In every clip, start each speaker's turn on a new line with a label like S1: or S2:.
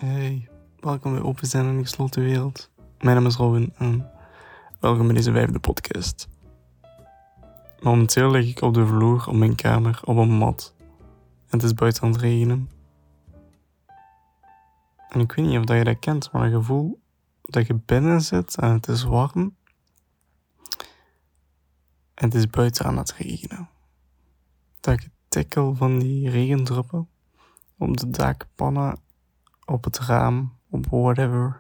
S1: Hey, welkom bij Open Zijn en Gesloten Wereld. Mijn naam is Robin en welkom bij deze 5e podcast. Momenteel lig ik op de vloer op mijn kamer op een mat. En het is buiten aan het regenen. En ik weet niet of je dat kent, maar een gevoel dat je binnen zit en het is warm. En het is buiten aan het regenen. Dat ik het tikkel van die regendruppen op de dakpannen, op het raam, op whatever.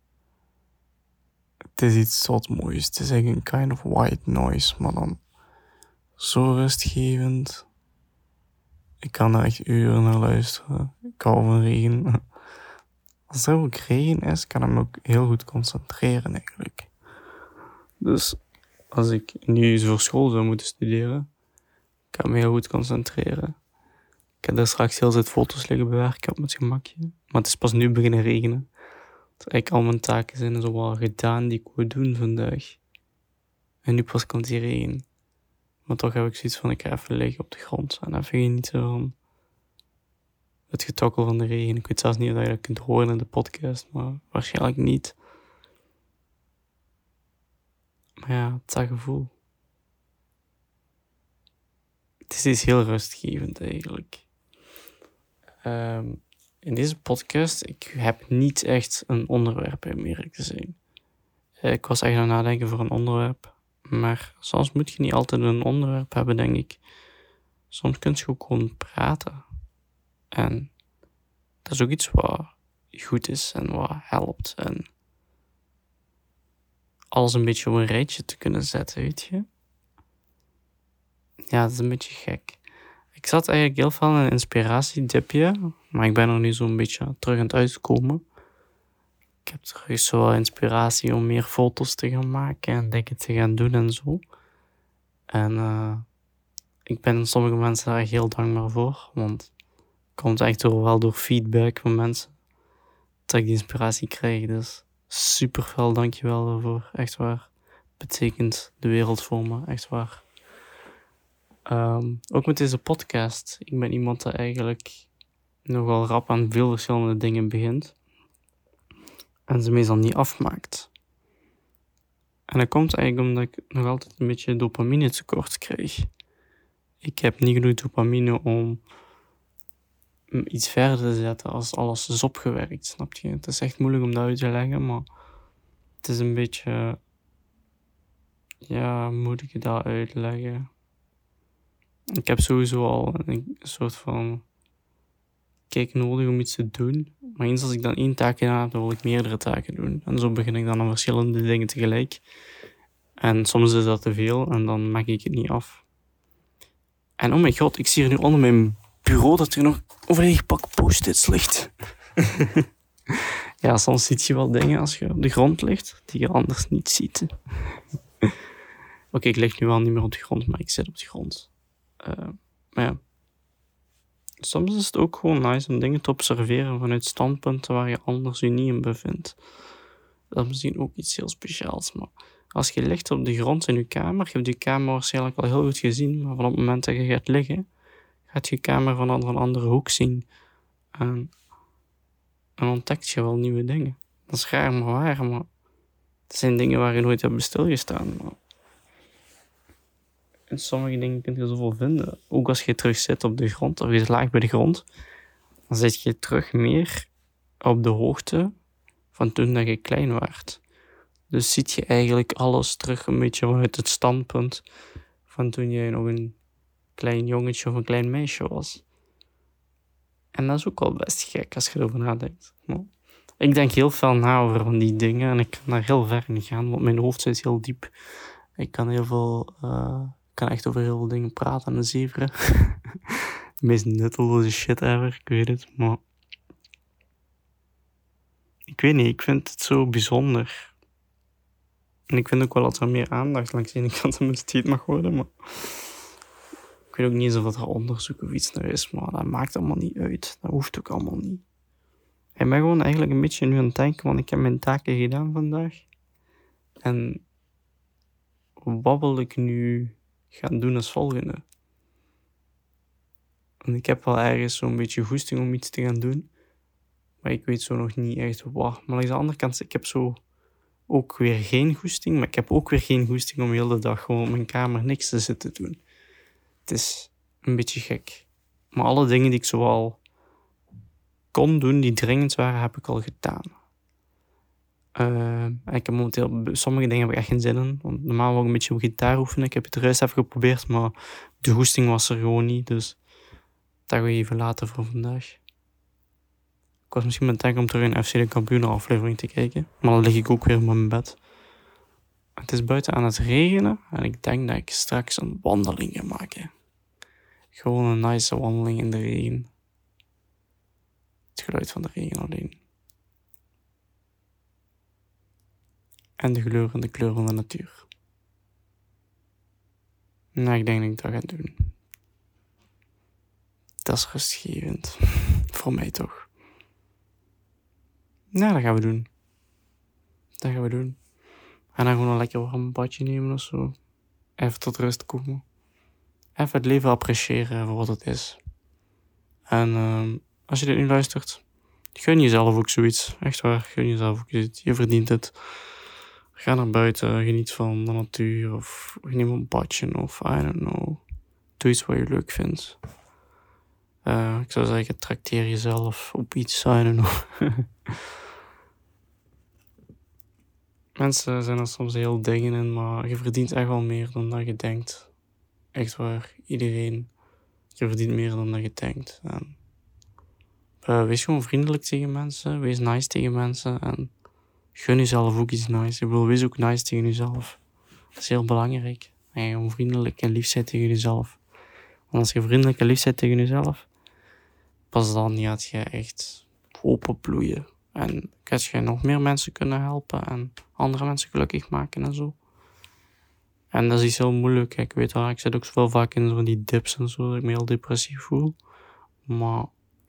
S1: Het is iets soort moois. Het is eigenlijk een kind of white noise, maar dan zo rustgevend. Ik kan er echt uren naar luisteren. Ik hou van regen. Als er ook regen is, kan ik me ook heel goed concentreren eigenlijk. Dus als ik nu voor school zou moeten studeren, kan ik me heel goed concentreren. Ik heb daar straks heel veel foto's liggen bewerken op mijn gemakje. Maar het is pas nu beginnen regenen. Dat eigenlijk al mijn taken zijn zo wel gedaan die ik wou doen vandaag. En nu pas komt die regen. Maar toch heb ik zoiets van, ik ga even liggen op de grond en even genieten van het getokkel van de regen. Ik weet zelfs niet of je dat kunt horen in de podcast, maar waarschijnlijk niet. Maar ja, het is dat gevoel. Het is iets heel rustgevend eigenlijk. In deze podcast, ik heb niet echt een onderwerp om eerlijk te zijn. Ik was echt aan het nadenken voor een onderwerp. Maar soms moet je niet altijd een onderwerp hebben, denk ik. Soms kun je ook gewoon praten. En dat is ook iets wat goed is en wat helpt. En alles een beetje op een rijtje te kunnen zetten, weet je. Ja, dat is een beetje gek. Ik zat eigenlijk heel veel in een inspiratiedipje. Maar ik ben er nu zo'n beetje terug aan het uitkomen. Ik heb terug zo inspiratie om meer foto's te gaan maken en dingen te gaan doen en zo. En ik ben sommige mensen daar heel dankbaar voor. Want het komt echt wel door feedback van mensen dat ik die inspiratie krijg. Dus super veel dankjewel daarvoor. Echt waar. Betekent de wereld voor me. Echt waar. Ook met deze podcast. Ik ben iemand dat eigenlijk nogal rap aan veel verschillende dingen begint. En ze meestal niet afmaakt. En dat komt eigenlijk omdat ik nog altijd een beetje dopamine tekort krijg. Ik heb niet genoeg dopamine om iets verder te zetten als alles is opgewerkt, snap je? Het is echt moeilijk om dat uit te leggen, maar het is een beetje... Ja, hoe moet ik dat uitleggen? Ik heb sowieso al een soort van kick nodig om iets te doen. Maar eens als ik dan 1 taak gedaan heb, dan wil ik meerdere taken doen. En zo begin ik dan aan verschillende dingen tegelijk. En soms is dat te veel en dan maak ik het niet af. En oh mijn god, ik zie er nu onder mijn bureau dat er nog een volledig pak post-its ligt. Ja, soms zie je wel dingen als je op de grond ligt, die je anders niet ziet. Oké, ik lig nu wel niet meer op de grond, maar ik zit op de grond. Maar ja. Soms is het ook gewoon nice om dingen te observeren vanuit standpunten waar je anders je niet in bevindt. Dat is misschien ook iets heel speciaals, maar als je ligt op de grond in je kamer, je hebt je kamer waarschijnlijk al heel goed gezien, maar van op het moment dat je gaat liggen, gaat je kamer van een andere hoek zien. En ontdekt je wel nieuwe dingen. Dat is raar, maar waar, maar het zijn dingen waar je nooit hebt stilgestaan. Maar in sommige dingen kun je zoveel vinden. Ook als je terug zit op de grond, of je laag bij de grond, dan zit je terug meer op de hoogte van toen dat je klein werd. Dus ziet je eigenlijk alles terug een beetje vanuit het standpunt van toen jij nog een klein jongetje of een klein meisje was. En dat is ook wel best gek als je erover nadenkt. Maar ik denk heel veel na over van die dingen en ik kan daar heel ver in gaan, want mijn hoofd zit heel diep. Ik kan heel veel... Ik kan echt over heel veel dingen praten en zeveren. De meest nutteloze shit ever, ik weet het, maar... Ik weet niet, ik vind het zo bijzonder. En ik vind ook wel dat er meer aandacht langs de ene kant aan besteed mag worden, maar... Ik weet ook niet eens of er onderzoek of iets naar is, maar dat maakt allemaal niet uit. Dat hoeft ook allemaal niet. Ik ben gewoon eigenlijk een beetje nu aan het denken, want ik heb mijn taken gedaan vandaag. En wat wil ik nu gaan doen als volgende? En ik heb wel ergens zo'n beetje goesting om iets te gaan doen. Maar ik weet zo nog niet echt wat. Maar aan de andere kant, ik heb zo ook weer geen goesting. Maar ik heb ook weer geen goesting om de hele dag gewoon op mijn kamer niks te zitten doen. Het is een beetje gek. Maar alle dingen die ik zoal kon doen, die dringend waren, heb ik al gedaan. Ik heb momenteel, sommige dingen heb ik echt geen zin in. Want normaal wil ik een beetje op gitaar oefenen. Ik heb het eruit even geprobeerd, maar de goesting was er gewoon niet. Dus dat ga ik even laten voor vandaag. Ik was misschien met het denken om terug een FC de Kampioenen aflevering te kijken. Maar dan lig ik ook weer op mijn bed. Het is buiten aan het regenen. En ik denk dat ik straks een wandeling ga maken. Gewoon een nice wandeling in de regen. Het geluid van de regen alleen. En de kleur en de kleur van de natuur. Nou, ik denk dat ik dat ga doen. Dat is rustgevend. Voor mij toch. Nou, dat gaan we doen. En dan gewoon een lekker warm badje nemen of zo. Even tot rust komen. Even het leven appreciëren voor wat het is. En als je dit nu luistert, gun jezelf ook zoiets. Echt waar, gun jezelf ook zoiets. Je verdient het. Ga naar buiten, geniet van de natuur. Of neem een badje of I don't know. Doe iets wat je leuk vindt. Ik zou zeggen, trakteer jezelf op iets, I don't know. Mensen zijn er soms heel dingen in, maar je verdient echt wel meer dan dat je denkt. Echt waar, iedereen. Je verdient meer dan dat je denkt. En, wees gewoon vriendelijk tegen mensen, wees nice tegen mensen en gun jezelf ook iets nice. Ik bedoel, wees ook nice tegen jezelf. Dat is heel belangrijk. En je gewoon vriendelijk en lief zijn tegen jezelf. Want als je vriendelijk en lief bent tegen jezelf, pas dan gaat je echt openbloeien. En gaat je nog meer mensen kunnen helpen en andere mensen gelukkig maken en zo. En dat is iets heel moeilijk. Ik weet wel, ik zit ook wel vaak in zo die dips en zo, dat ik me heel depressief voel. Maar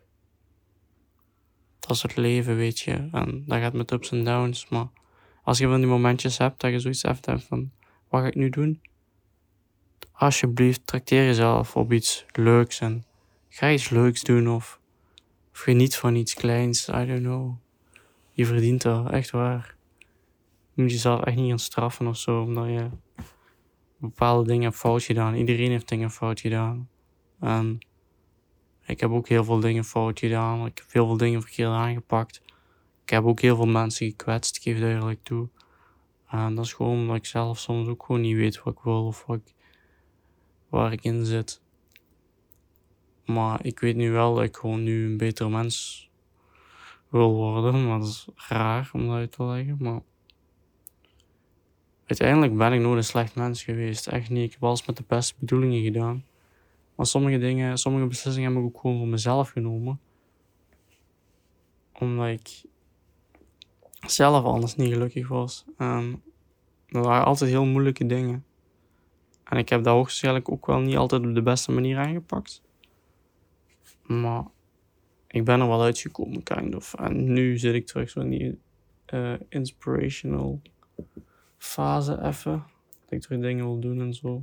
S1: dat is het leven, weet je. En dat gaat met ups en downs. Maar als je van die momentjes hebt, dat je zoiets hebt van, wat ga ik nu doen? Alsjeblieft, trakteer jezelf op iets leuks en ga iets leuks doen of geniet van iets kleins, I don't know. Je verdient dat, echt waar. Je moet jezelf echt niet gaan straffen of zo, omdat je bepaalde dingen hebt fout gedaan. Iedereen heeft dingen fout gedaan. En ik heb ook heel veel dingen fout gedaan. Ik heb heel veel dingen verkeerd aangepakt. Ik heb ook heel veel mensen gekwetst, ik geef het eigenlijk toe. En dat is gewoon omdat ik zelf soms ook gewoon niet weet wat ik wil of waar ik in zit. Maar ik weet nu wel dat ik gewoon nu een beter mens wil worden. Maar dat is raar om dat uit te leggen. Maar uiteindelijk ben ik nooit een slecht mens geweest. Echt niet. Ik heb alles met de beste bedoelingen gedaan. Maar sommige beslissingen heb ik ook gewoon voor mezelf genomen. Omdat ik zelf anders niet gelukkig was. En dat waren altijd heel moeilijke dingen. En ik heb dat hoogstwaarschijnlijk ook wel niet altijd op de beste manier aangepakt. Maar ik ben er wel uitgekomen, kind of. En nu zit ik terug zo in die inspirational fase even. Dat ik terug dingen wil doen en zo.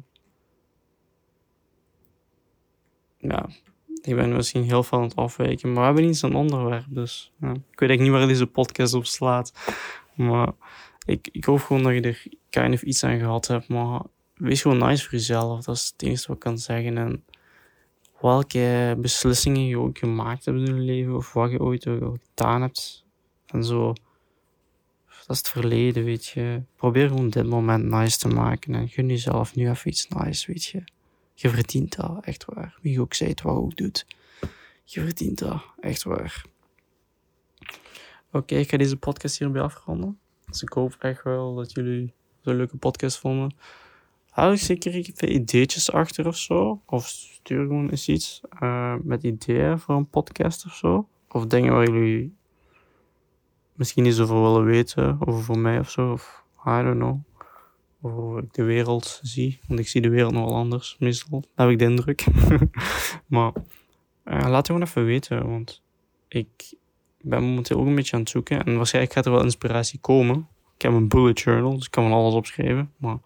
S1: Ja, ik ben misschien heel veel aan het afwijken. Maar we hebben niet zo'n onderwerp, dus... Ja. Ik weet eigenlijk niet waar deze podcast op slaat. Maar ik hoop gewoon dat je er kind of iets aan gehad hebt. Maar wees gewoon nice voor jezelf. Dat is het enige wat ik kan zeggen. En welke beslissingen je ook gemaakt hebt in je leven. Of wat je ooit gedaan hebt. En zo. Dat is het verleden, weet je. Probeer gewoon dit moment nice te maken. En gun jezelf nu even iets nice, weet je. Je verdient dat, echt waar. Wie ook zei het, wat ook doet. Je verdient dat, echt waar. Oké, ik ga deze podcast hierbij afronden. Dus ik hoop echt wel dat jullie zo'n leuke podcast vonden. Haal ik zeker even ideetjes achter of zo. Of stuur gewoon eens iets met ideeën voor een podcast of zo. Of dingen waar jullie misschien iets over willen weten. Over voor mij of zo. Of I don't know. Of hoe ik de wereld zie. Want ik zie de wereld nogal anders, meestal. Dat heb ik de indruk. Maar laat het gewoon even weten. Want ik ben momenteel ook een beetje aan het zoeken. En waarschijnlijk gaat er wel inspiratie komen. Ik heb een bullet journal, dus ik kan van alles opschrijven. Maar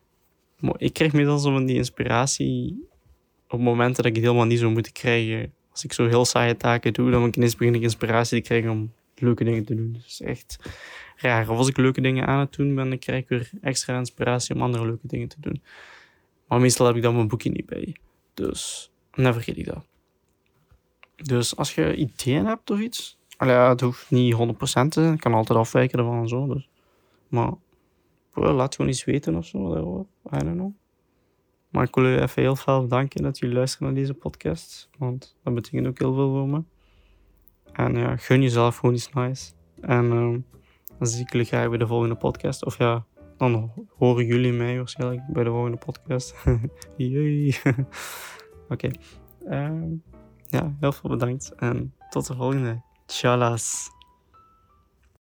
S1: ik krijg meestal zo van die inspiratie op momenten dat ik het helemaal niet zou moeten krijgen. Als ik zo heel saaie taken doe, dan begin ik inspiratie te krijgen om leuke dingen te doen. Dus het is echt raar. Of als ik leuke dingen aan het doen ben, dan krijg ik weer extra inspiratie om andere leuke dingen te doen. Maar meestal heb ik dan mijn boekje niet bij. Dus dan vergeet ik dat. Dus als je ideeën hebt of iets... het hoeft niet 100% te zijn. Ik kan altijd afwijken ervan en zo. Dus. Maar laat gewoon iets weten of zo. I don't know. Maar ik wil jullie even heel veel bedanken dat jullie luisteren naar deze podcast. Want dat betekent ook heel veel voor me. En ja, gun jezelf gewoon iets nice. En dan zie ik jullie graag bij de volgende podcast. Of ja, dan horen jullie mij waarschijnlijk bij de volgende podcast. Yay. Oké. Ja, heel veel bedankt. En tot de volgende. Tjallas.